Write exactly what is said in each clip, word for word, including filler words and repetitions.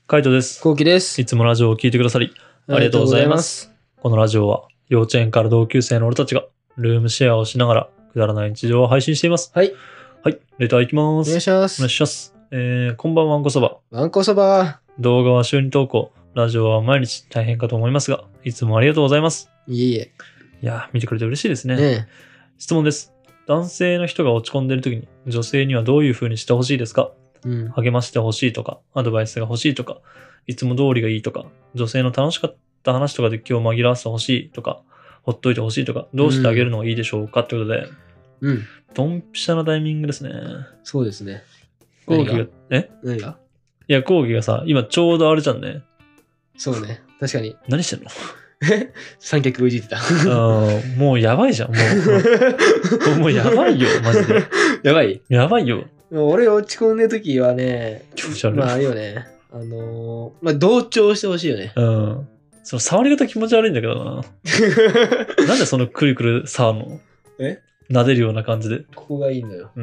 カイトです。 コウキです。 いつもラジオを聞いてくださりありがとうございます。このラジオは幼稚園から同級生の俺たちがルームシェアをしながらくだらない日常を配信しています。 はい。 はい。レターいきます。 お願いします。 お願いします。えー、こんばんは、わんこそば。 わんこそば。 動画は週に投稿。ラジオは毎日大変かと思いますが、いつもありがとうございます。 いえいえ。 いやー、見てくれて嬉しいですね。 ね質問です。男性の人が落ち込んでいるときに女性にはどういう風にしてほしいですか？ え。うん。 励ましてほしいとか、アドバイスが欲しいとか、いつも通りがいいとか、女性の楽しかった話とかで今日紛らわせてほしいとか、ほっといてほしいとか、どうしてあげるのがいいでしょうかってことで、 うん。 ドンピシャなタイミングですね。 そうですね。 コウキが何が、 え何がいや、コウキがさ、今ちょうどあれじゃんね。 そうね。確かに。 何してんの？ 三脚いじってた。 あーもうやばいじゃん、もう。もうやばいよ、マジで。 やばい。 やばいよ。 俺落ち込んでるときはね、 気持ち悪い。 まああれよね。あのー、まあ同調してほしいよね。 うん。その触り方気持ち悪いんだけどな。なんでそのくるくる触るの？ え撫でるような感じで。 ここがいいのよ。 うん。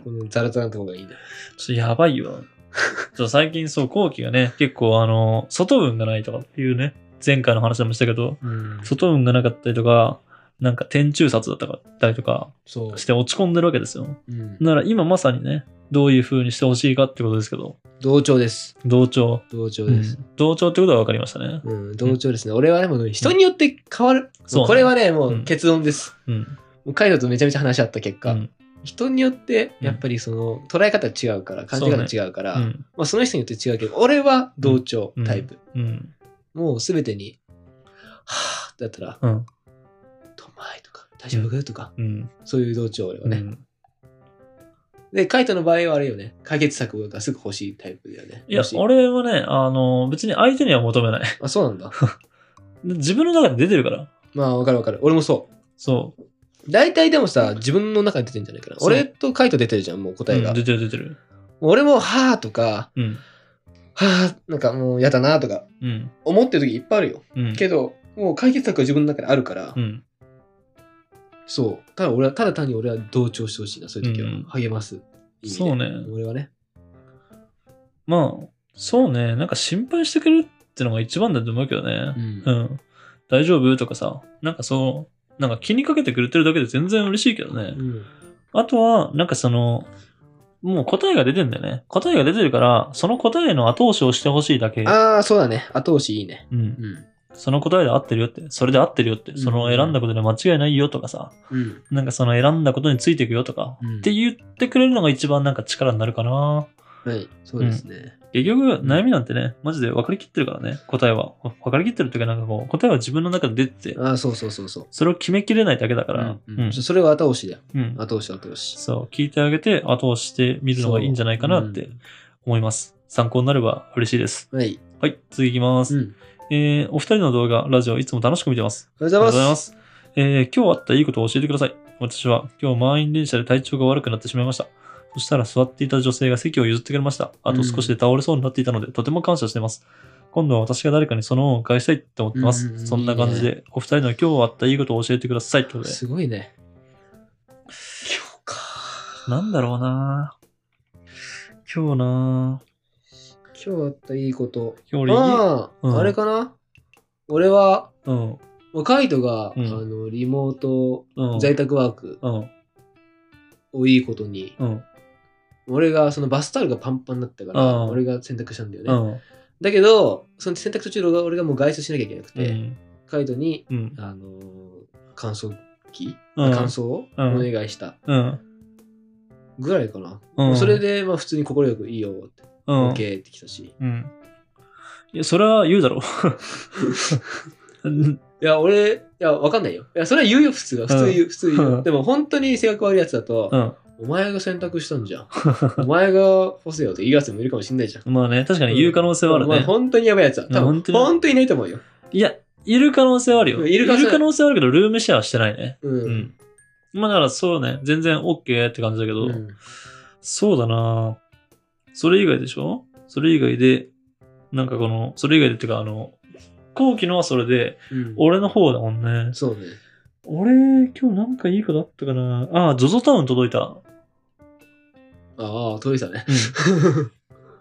このザラザラのとこがいいのよ。 ちょっとやばいよ。ちょっと最近そう、後期がね、結構あの、外運がないとかっていうね、前回の話でもしたけど、 うん。 外運がなかったりとか、なんか天中殺だったりとかそう。 して落ち込んでるわけですよ。 うん。 だから今まさにね、どういう風にしてほしいかってことですけど、 同調です。 同調。 同調です。 うん同調ってことは分かりましたね。 うん、同調ですね。俺はね、もう人によって変わる。 そうねこれはね、もううん結論です。 うん。 もうカイトとめちゃめちゃ話し合った結果、 うん。 人によってやっぱりその捉え方違うから、感じ方違うから、 うん。 まあ、その人によって違うけど、俺は同調タイプ。 うん。 もうすべてに、はぁってやったら、 うん。 とまいとか、大丈夫とか、 うん。 そういう同調俺はね。 うん。 で、カイトの場合はあれよね、解決策がすぐ欲しいタイプだよね。 いやもし、 俺はね、あの、別に相手には求めない。 あ、そうなんだ。 自分の中で出てるから。 まあ、わかるわかる。俺もそう。 そう。 大体でもさ、自分の中に出てんじゃないかな。 そう俺とカイト出てるじゃん、もう答えが。 うん、出てる出てる。 俺も、はぁとか、 うん。 はぁ、なんかもう嫌だなとか、 うん。 思ってる時いっぱいあるよ。 うん。 けど、もう解決策は自分の中であるから、 うん。 そう。ただ俺は、ただ単に俺は同調してほしいな、そういう時は。 うん励ます意味で。 そうね。 俺はね。 まあ、そうね。なんか心配してくれるってのが一番だと思うけどね。 うんうん。大丈夫とかさ、なんかそう、なんか気にかけてくれてるだけで全然嬉しいけどね。 うん。 あとは、なんかその、もう答えが出てんだよね。答えが出てるから、その答えの後押しをしてほしいだけ。 ああ、そうだね。後押しいいね。 うん。 うん。 その答えで合ってるよって、それで合ってるよって、その選んだことで間違いないよとかさ、 うん。 なんかその選んだことについていくよとか、 うんって言ってくれるのが一番なんか力になるかな。 はい。そうですね。 結局、悩みなんてね、マジで分かりきってるからね、答えは。分かりきってるっていうか、なんかこう、答えは自分の中で出てて、 ああ、そうそうそうそう。 それを決めきれないだけだから、 ううんん。 そそれは後押しだよ。 うん。 後押し後押し。 そう、聞いてあげて、後押してみるのがいいんじゃないかなって思います。参考になれば嬉しいです。 はい。 はい、次いきます。 うん。 えー、お二人の動画、ラジオいつも楽しく見てます。 おはようございます。 す。えー、今日あったいいことを教えてください。私は今日満員電車で体調が悪くなってしまいました。そしたら座っていた女性が席を譲ってくれました。あと少しで倒れそうになっていたので、とても感謝しています。今度は私が誰かにその恩を返したいって思ってます。 うんそんな感じで、お二人の今日あったいいことを教えてください。ってことで。 すごいね。今日か。 なんだろうな今日な今日あったいいこと。 今日俺家、 ああ、 うんあれかな俺は、 うん、 もうカイトが、 うんあのリモートうん、 在宅ワークうん、 をいいことに、 うん、 俺がそのバスタオルがパンパンになったから、 うん俺が洗濯したんだよね。 うん、 だけど、その洗濯途中で俺がもう外出しなきゃいけなくうて、 ん、 カイトに、 うん、 あのー乾燥機、 うん乾燥をうんお願いしたうん、 ぐらいかな。 うんそれで、まあ普通に快くいいよって、 うん、 OK ってきたし。 うん。いや、それは言うだろう。 いや、俺、いや、わかんないよ。いや、それは言うよ、普通は。普通言う、普通言うよ。 うんでも本当に性格悪いやつだと、 うん。 お前が選択したんじゃん。お前が干せよって言いやつもいるかもしんないじゃん。 まあね、確かに言う可能性はあるまあね。 本当にやばいやつは。多分本当に本当にいないと思うよ。 いや、いる可能性はあるよ。 いる可能性可能性はあるけど、ルームシェアはしてないね。 う。 うんん。まあだからそうね、全然 OK って感じだけど、 うんそうだなそれ以外でしょそれ以外で、なんかこの、それ以外でっていうか、あの、後期のはそれで、 うん俺の方だもんね。 そうね。 俺、今日なんかいいことあったかなああ、ゾゾタウン届いた。 ああ、届いたね。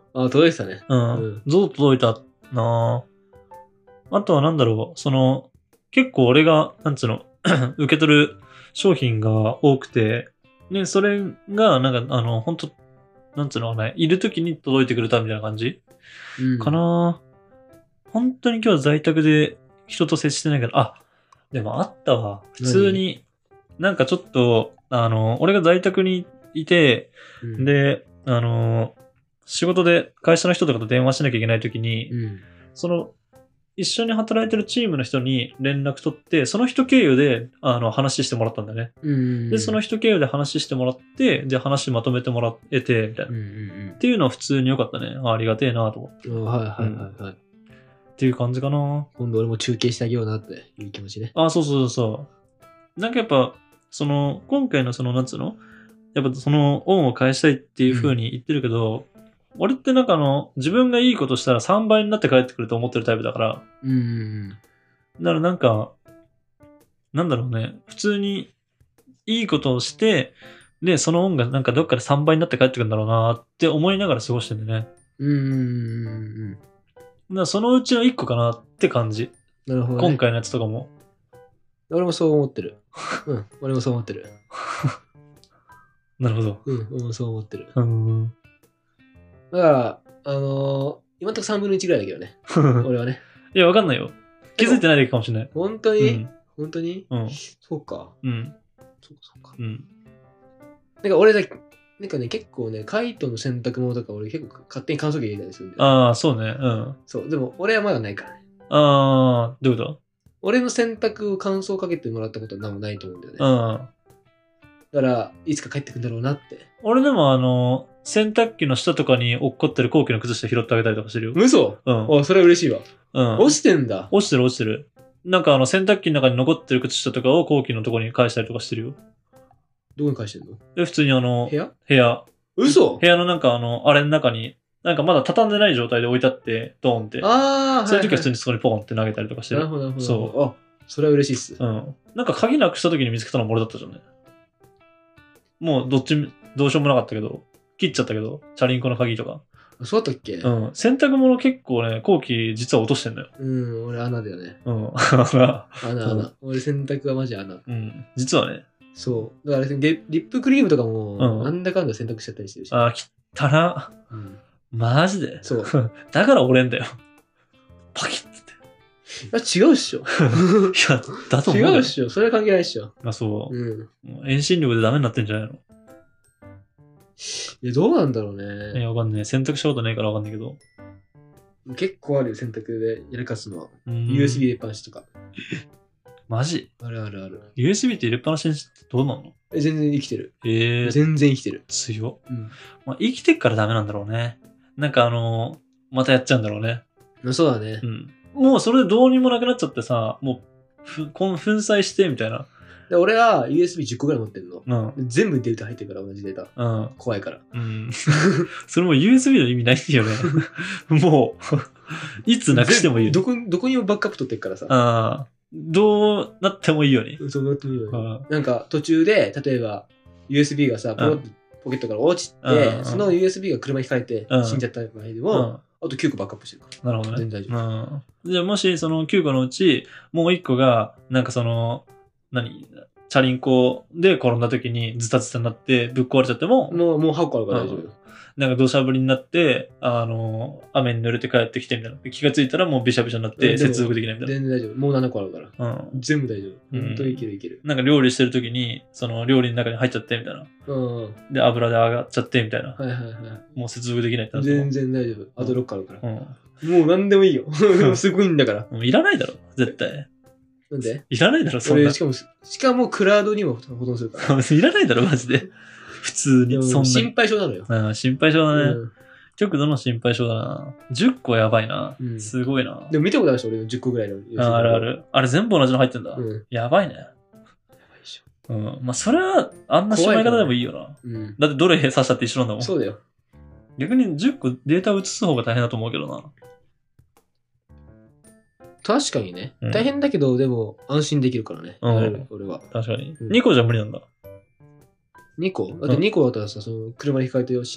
あ、届いてたね。 うん。 うんゾウ届いたなぁ。あとはなんだろう、その、結構俺が、なんつうの、受け取る商品が多くて、ね、それが、なんか、あの、本当なんつうのかね、いる時に届いてくれたみたいな感じ、 うん。 かなぁ。本当に今日は在宅で人と接してないから、あ、でもあったわ。普通に、なんかちょっと、あの、俺が在宅にいて、 うん、 で、あの、仕事で会社の人とかと電話しなきゃいけない時に、 うん。 その、一緒に働いてるチームの人に連絡取って、その人経由で、あの、話してもらったんだよね。 うん。 で、その人経由で話してもらって、で、話まとめてもらえて、みたいな。 うんっうんていうのは普通に良かったね。あありがてえなと思って。 うん。はいはいはいはい。 っていう感じかな。 今度俺も中継してあげようなっていう気持ちね。 あ、そうそうそう。なんかやっぱ、その、今回のその、なんつうのやっぱその、恩を返したいっていう風に言ってるけど、俺ってなんかあの、自分がいいことしたらさんばいになって帰ってくると思ってるタイプだから、 うんうんだからなんか、なんだろうね、普通にいいことをして、で、その恩がなんかどっかでさんばいになって帰ってくるんだろうなって思いながら過ごしてんだよね。 うん。うんうんうん。 だからそのうちのいっこかなって感じ。 なるほど、ね。 今回のやつとかも。 俺もそう思ってる。うん。俺もそう思ってる。 なるほど。 うん。俺もそう思ってる。 うん。 だから、あのー、今んとこさんぶんのいちぐらいだけどね。俺はね。 いや、わかんないよ。気づいてないだけかもしれない。 本当に、 うん。 本当にうん。 そうか。 うん。 そうかそうか。 うん。 なんか俺だけ、なんかね、結構ね、カイトの洗濯物とか俺結構勝手に乾燥機入れたりするんだよ。 ああ、そうね。うん。 そう。でも俺はまだないからね。 ああ、どういうこ俺の洗濯を乾燥かけてもらったことは何もないと思うんだよね。 とうん。 だから、いつか帰ってくるんだろうなって。 俺でもあの、洗濯機の下とかに落っこってる後期の靴下拾ってあげたりとかしてるよ。 嘘うん。 お、それは嬉しいわ。 うん。 落ちてんだ。 落ちてる落ちてる。なんかあの洗濯機の中に残ってる靴下とかを後期のところに返したりとかしてるよ。 どこに返してんので、普通にあの部、屋部屋。 嘘部屋のなんかあの、あれの中に、なんかまだ畳んでない状態で置いてあって、ドーンって。 ああ、 そういう時は普通に。 にそこにポンって投げたりとかしてる。 なるほど、なるほど。。 そうあ、それは嬉しいっす。 うん。なんか鍵なくした時に見つけたのも俺だったじゃんね。もうどっち、どうしようもなかったけど、切っちゃったけど、チャリンコの鍵とか。 あそうだったっけう。ん。洗濯物結構ね、後期実は落としてんだよ。 うん、俺穴だよね。 うん。 穴、 そう穴。俺洗濯はマジ穴。 うん。実はね。 そう。だからリリップクリームとかも、 うんなんだかんだ洗濯しちゃったりしてるし。 ああ、汚な。 うん、 マジで。 そう。 だから折れんだよ。パキッつって。 あ、違うっしょ。 いや、だと思うよ。 違うっしょ。それは関係ないっしょ。 あ、そう。 うん。 もう遠心力でダメになってんじゃないの？ いや、どうなんだろうね。 いや、わかんない。洗濯したことないからわかんないけど。 結構あるよ、洗濯でやらかすのは。 うんユーエスビー 入れっぱなしとか。 マジあるあるある。 ユーエスビー って入れっぱなしにしてどうなの？ え全然生きてる。 ええー、 全然生きてる。 強っ。 うん。 まあ、生きてっからダメなんだろうね。なんかあのーまたやっちゃうんだろうね。 まあそうだねう。ん。もうそれでどうにもなくなっちゃってさ、もう、ふ、こん粉砕してみたいな。 で俺は ユーエスビーじゅっこぐらい持ってるの。 うん。 全部データ入ってるから、同じデータ。 うん。 怖いから。 うん。それも ユーエスビー の意味ないよね。もう、いつなくしてもいいよね。 どこ、どこにもバックアップ取ってるからさ。 ああ。どうなってもいいよね。 そうなってもいいよね。 あなんか途中で、例えば ユーエスビー がさ、ポロッとポケットから落ちうんうて、 んその ユーエスビー が車にひかれてうん死んじゃった場合であ。 も、あときゅうこバックアップしてるから。 なるほどね。 全然大丈うん。じゃあもしそのきゅうこのうち、もういっこが、なんかその、何チャリンコで転んだ時にズタズタになってぶっ壊れちゃっても、 もう、もうはっこあるから大丈夫よ。 なんか土砂降りになって、あの、雨に濡れて帰ってきてみたいな。気がついたらもうびしゃびしゃになってうんでも接続できないみたい全然大丈夫。もうななこあるから。 な。うん。 全部大丈夫。 うん本当にいけるいける。 なんか料理してる時に、その料理の中に入っちゃってみたいな。 うん。はいで、油で上がっちゃってみたいな。 はいはい。 もう接続できないってなって全然大丈夫。あとろっこあるから。 うん。 もう何でもいいよ。すごいんだから。 もういらないだろ、絶対。 なんでいらないだろ、そんな俺、し。かも、しかもクラウドにも保存するから。 いらないだろ、マジで。普通に、 でもそんな心に。 配性なのよ。 うん、心配性だね。 うん極度の心配性だな。じゅっこやばいな。 うんすごいな。 でも見たことあるでしょ俺のじゅっこぐらいの。 ああるあ。る。あれ全部同じの入ってんだ。 うん。 やばいね。 やばいでしょうん。まあ、それは、あんなしまい方でもいいよな。 うん。 だってどれ刺したって一緒なんだもん。 そうだよ。 逆にじゅっこデータを移す方が大変だと思うけどな。 確かにね。 うん大変だけど、でも安心できるからね。 うんやれる俺は。 確かに。 うんにこじゃ無理なんだ。 にこだってにこだったらさ、その車にひかれて死んじゃっ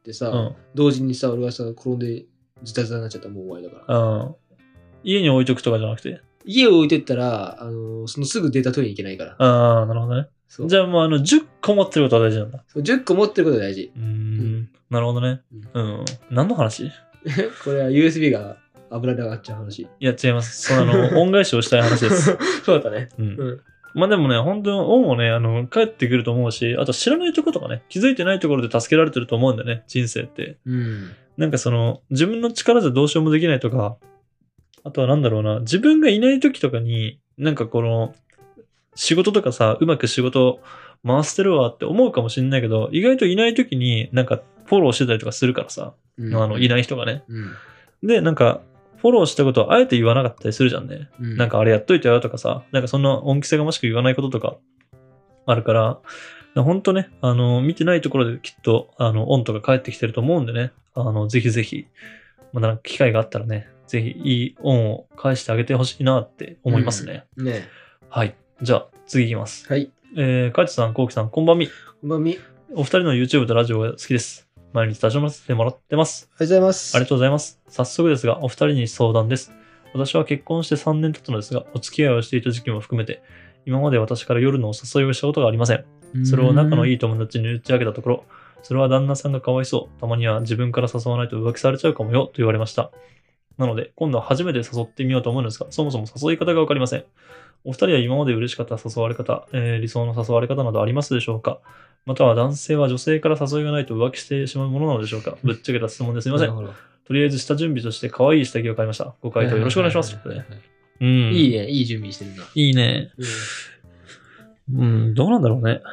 てさ、 うん。 同時にさ、俺がさ、転んでズタズタになっちゃったらもう終わりだから。 うん。家に置いとくとかじゃなくて。 家を置いてったら、あの、そのすぐデータ取りに行けないから。 ああ、なるほどね。 そうじゃあもうあの、じゅっこ持ってることは大事なんだ。 そうじゅっこ持ってることが大事。 うーん。なるほどね。うん。何の話？いこれは ユーエスビー が油で上がっちゃう話。 や、違います。そのあの、恩返しをしたい話です。 そうだったね。 うん。 うん。 まあでもね、本当に恩もね、あの、帰ってくると思うし、あと知らないところとかね、気づいてないところで助けられてると思うんだよね、人生って。 うん。 なんかその、自分の力じゃどうしようもできないとか、あとはなんだろうな、自分がいない時とかに、なんかこの、仕事とかさ、うまく仕事回してるわって思うかもしれないけど、意外といない時になんかフォローしてたりとかするからさ、 うん、 あの、いない人がね。 うん。 で、なんか、フォローしたことをあえて言わなかったりするじゃんね。 うん。 なんかあれやっといてよとかさ、なんかそんな恩着せがましく言わないこととかあるから、本当ね、あの、見てないところできっと、あの、恩とか返ってきてると思うんでね、あの、ぜひぜひ、まだ機会があったらね、ぜひいい恩を返してあげてほしいなって思いますね。 うん、ねはい。じゃあ、次いきます。 はい。 えー、カイトさん、コウキさん、こんばんみ。 こんばんみ。ありお二人の YouTube とラジオが好きです。毎日楽しませてもらってます。 がとうございます。 ありがとうございます。早速ですが、お二人に相談です。私は結婚してさんねん経ったのですが、お付き合いをしていた時期も含めて、今まで私から夜のお誘いをしたことがありません。それを仲のいい。 い友達に打ち明けたところ、それは旦那さんがかわいそう。たまには自分から誘わないと浮気されちゃうかもよ、と言われました。なので、今度は初めて誘ってみようと思うのですが、そもそも誘い方がわかりません。お二人は今まで嬉しかった誘われ方、えー理想の誘われ方などありますでしょうか？または男性は女性から誘いがないと浮気してしまうものなのでしょうか？ぶっちゃけた質問ですみません。 なるほど。 とりあえず下準備として可愛い下着を買いました。ご回答よろしくお願いします。 はいはいはいはいうん。 いいね。いい準備してるな。 いいね。 うんうん、どうなんだろうね。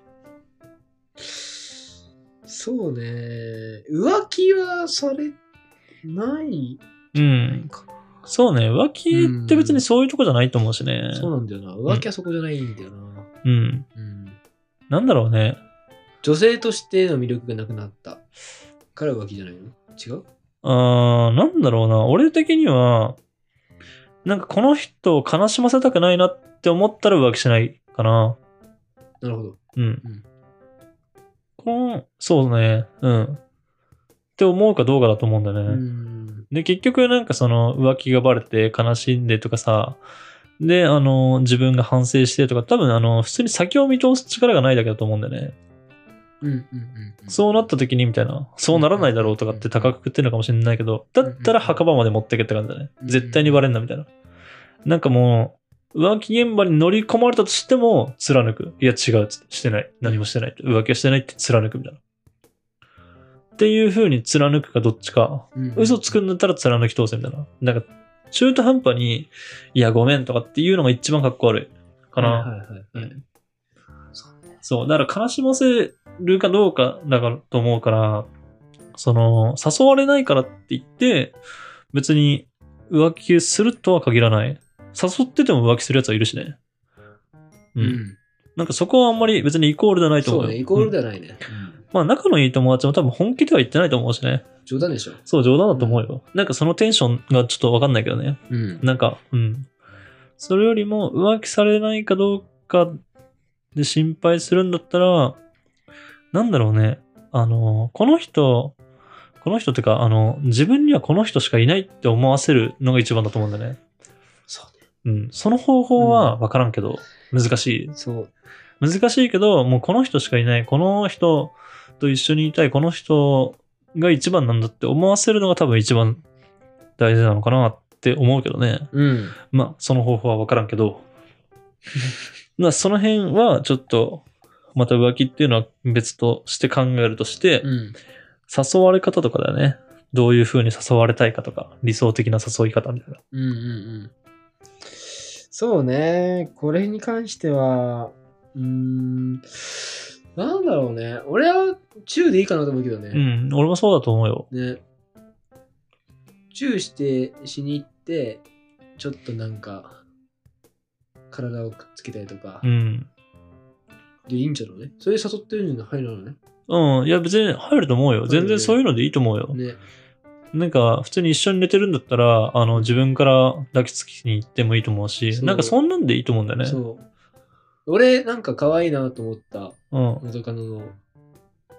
そうね。浮気はされないうん。 かな。 そうね、浮気って別にそういうとこじゃないと思うしね。 そうなんだよな。浮気はそこじゃないんだよな。 うん。 うん。 なんだろうね。 女性としての魅力がなくなったから浮気じゃないの？違う？ あー、なんだろうな。俺的には、なんかこの人を悲しませたくないなって思ったら浮気しないかな。 なるほど。 うん。 うんこの、そうね。うん。って思うかどうかだと思うんだよね。 うん。 で、結局なんかその浮気がバレて悲しんでとかさ、で、あの、自分が反省してとか、多分あの、普通に先を見通す力がないだけだと思うんだよね。 うんうんうん。 そうなった時にみたいな、そうならないだろうとかって高く食ってるのかもしれないけど、だったら墓場まで持ってけって感じだね。絶対にバレんなみたいな。なんかもう、浮気現場に乗り込まれたとしても貫く。いや違うっつって、してない。何もしてない。浮気はしてないって貫くみたいな。っていう風に貫くかどっちか。 うんうん嘘つくんだったら貫き通せみたいな。なんか、中途半端に、いやごめんとかっていうのが一番かっこ悪いかな。 はいはいはいはい。 うんそう。だから悲しませるかどうかだからと思うから、その、誘われないからって言って、別に浮気するとは限らない。誘ってても浮気するやつはいるしね。う。 うんん。 なんかそこはあんまり別にイコールではないと思うよ。 そうね、イコールでうんはないね。 まあ仲のいい友達も多分本気では言ってないと思うしね。 冗談でしょ。 そう、冗談だと思うよ。なんかそのテンションがちょっとわかんないけどね。 うん。 なんか、うん。それよりも浮気されないかどうかで心配するんだったら、なんだろうね。あの、この人、この人ってか、あの、自分にはこの人しかいないって思わせるのが一番だと思うんだよね。 そうね。 うん。その方法はわからんけど、難しい。 そう。 難しいけど、もうこの人しかいない、この人と一緒にいたい、この人が一番なんだって思わせるのが多分一番大事なのかなって思うけどね。 うん。 まあ、その方法はわからんけど。まあ、その辺はちょっと、また浮気っていうのは別として考えるとして、 うん。 誘われ方とかだよね。どういう風に誘われたいかとか、理想的な誘い方みたいな。 うんうんうん。そうね。これに関しては、うーん。なんだろうね。俺は中でいいかなと思うけどね。 うん、俺もそうだと思うよ。 ね。チューしてしに行って、ちょっとなんか、体をくっつけたりとかう、ん。 でいいんじゃろうね。それで誘ってるの入るのね。 うん、いや別に入ると思うよ。全然そういうのでいいと思うよ。 ね。 なんか、普通に一緒に寝てるんだったら、あの、自分から抱きつきに行ってもいいと思うし、 そうなんかそんなんでいいと思うんだよね。 そう。俺、なんか可愛いなと思ったうん。 元カノの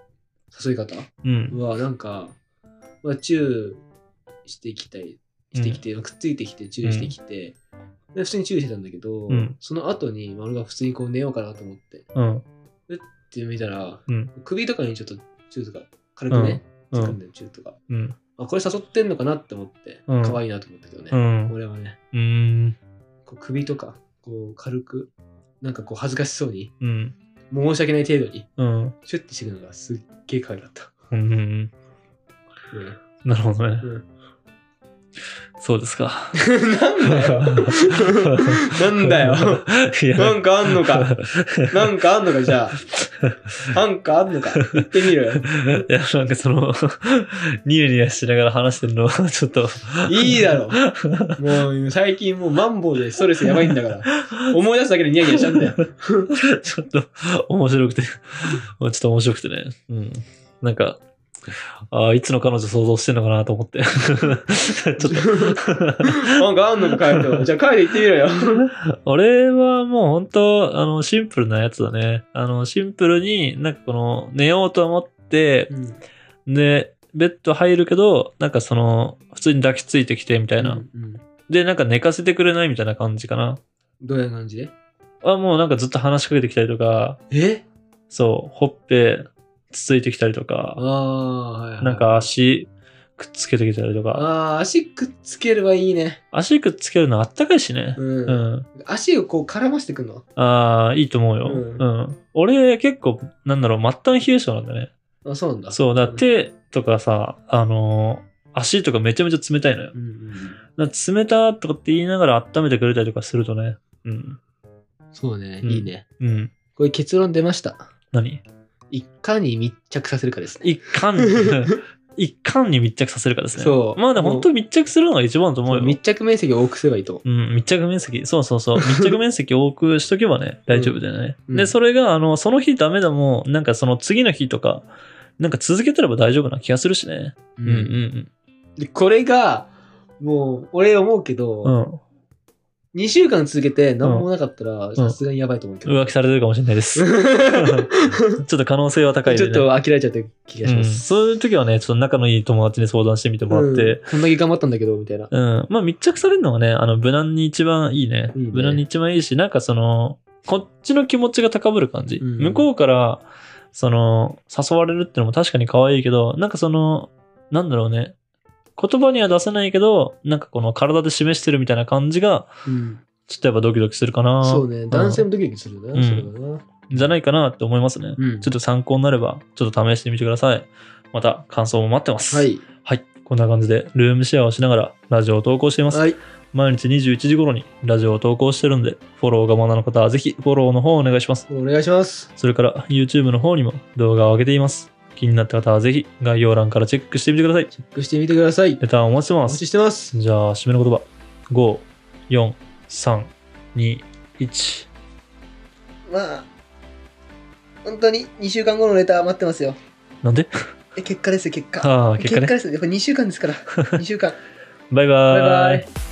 誘い方うん。 は、なんか、まあ、チューしてきたり、してきて、くっついてきて、チューしてきて、で普通にチューしてたんだけど、 うんその後に、まあ、俺が普通にこう寝ようかなと思って、 うん。 って見たら、 うん。 首とかにちょっとチューとか、軽くね、 うんつかんでるチューとか。 うん。 あ、これ誘ってんのかなって思って、 うん可愛いなと思ったけどね。 うん。 俺はね、 うーん。 こう首とか、こう軽く、なんかこう恥ずかしそうに、 うん。 申し訳ない程度に、 うん。 シュッてしてくるのがすっげえ可愛かった。 うん。 ねなるほどね。 うんそうですか。 なんだよ。なんだよ。 いや、 なんかあんのか。なんかあんのか、じゃあ。なんかあんのか。言ってみろよ。 いや、なんかその、ニヤニヤしながら話してるのは、ちょっと。 いいだろ。もう最近もうマンボウでストレスやばいんだから。思い出すだけでニヤニヤしちゃうんだよ。 ちょっと、面白くて、ちょっと面白くてね。うん。なんか、ああ、いつの彼女想像してんのかなと思って。ちょっと。 なんかあんのか、カイト。じゃあカイト言ってみろよ。 俺はもう本当、あの、シンプルなやつだね。あの、シンプルになんかこの、寝ようと思って、で、ベッド入るけど、なんかその、普通に抱きついてきてみたいな。 うんうんで、なんか寝かせてくれないみたいな感じかな。 どういう感じであ、もうなんかずっと話しかけてきたりとか、 えそう、ほっぺつついてきたりとあか、 あ、はいはい。 なんか足くっつけてきたりとか。 ああ、足くっつければいいね。 足くっつけるのあったかいしね。 うん。 うん。 足をこう絡ましてくんのああ、いいと思うよ。 ううんん。俺結構、なんだろう、末端冷え性なんだね。 あ、そうなんだ。 そう、だから手とかさ、あのー足とかめちゃめちゃ冷たいのよ。 うんうんうん。 だから冷たとかって言いながら温めてくれたりとかするとね。うん。 そうね、 うんいいね。 うん。 これ結論出ました。 何いかに密着させるかですね。 一貫に、一貫に密着させるかですね。 そうまあでも本当密着するのが一番だと思うよ。 密着面積を多くすればいいと。 うん、密着面積。そうそうそう。密着面積多くしとけばね、大丈夫だよね。 うんで、それが、あの、その日ダメだもん、なんかその次の日とか、なんか続けてれば大丈夫な気がするしね。 ううんうんでこれが、もう、俺思うけど、 うん。うん。 にしゅうかん続けて何もなかったら、 んさすがにやばいと思うけど。 浮気されてるかもしれないです。ちょっと可能性は高いでね。 ちょっと呆れちゃった気がしまうん、 す。 そういう時はね、ちょっと仲のいい友達に相談してみてもらって、 うんこんだけ頑張ったんだけど、みたいな。 うん。まあ密着されるのはね、あの、無難に一番いいね。 いいね無難に一番いいし、なんかその、こっちの気持ちが高ぶる感じ。 うん向こうから、その、誘われるってのも確かに可愛いけど、なんかその、なんだろうね。言葉には出せないけど、なんかこの体で示してるみたいな感じが、 うんちょっとやっぱドキドキするかな。 そうね、男性も。 もドキドキするな、 うんそれはな。 じゃないかなって思いますね。 うんちょっと参考になれば、ちょっと試してみてください。また感想も待ってます。 は。い。 はい。こんな感じで、ルームシェアをしながらラジオを投稿しています。 はい。 毎日にじゅういちじ頃にラジオを投稿してるんで、フォローがまだの方はぜひフォローの方をお願いします。 お願いします。 それから YouTube の方にも動画を上げています。気になった方はぜひ概要欄からチェックしてみてください。 チェックしてみてください。 レターお待ちしてますお待ち。してます。 じゃあ、締めの言葉。ご、よん、さん、に、いち。 まあ、本当ににしゅうかんごのレター待ってますよ。 なんでえ結果ですよ、結果。 ああ、結果ね。 ですよ。やっぱにしゅうかんですから。にしゅうかん。 バイバーイ。 バイバイ。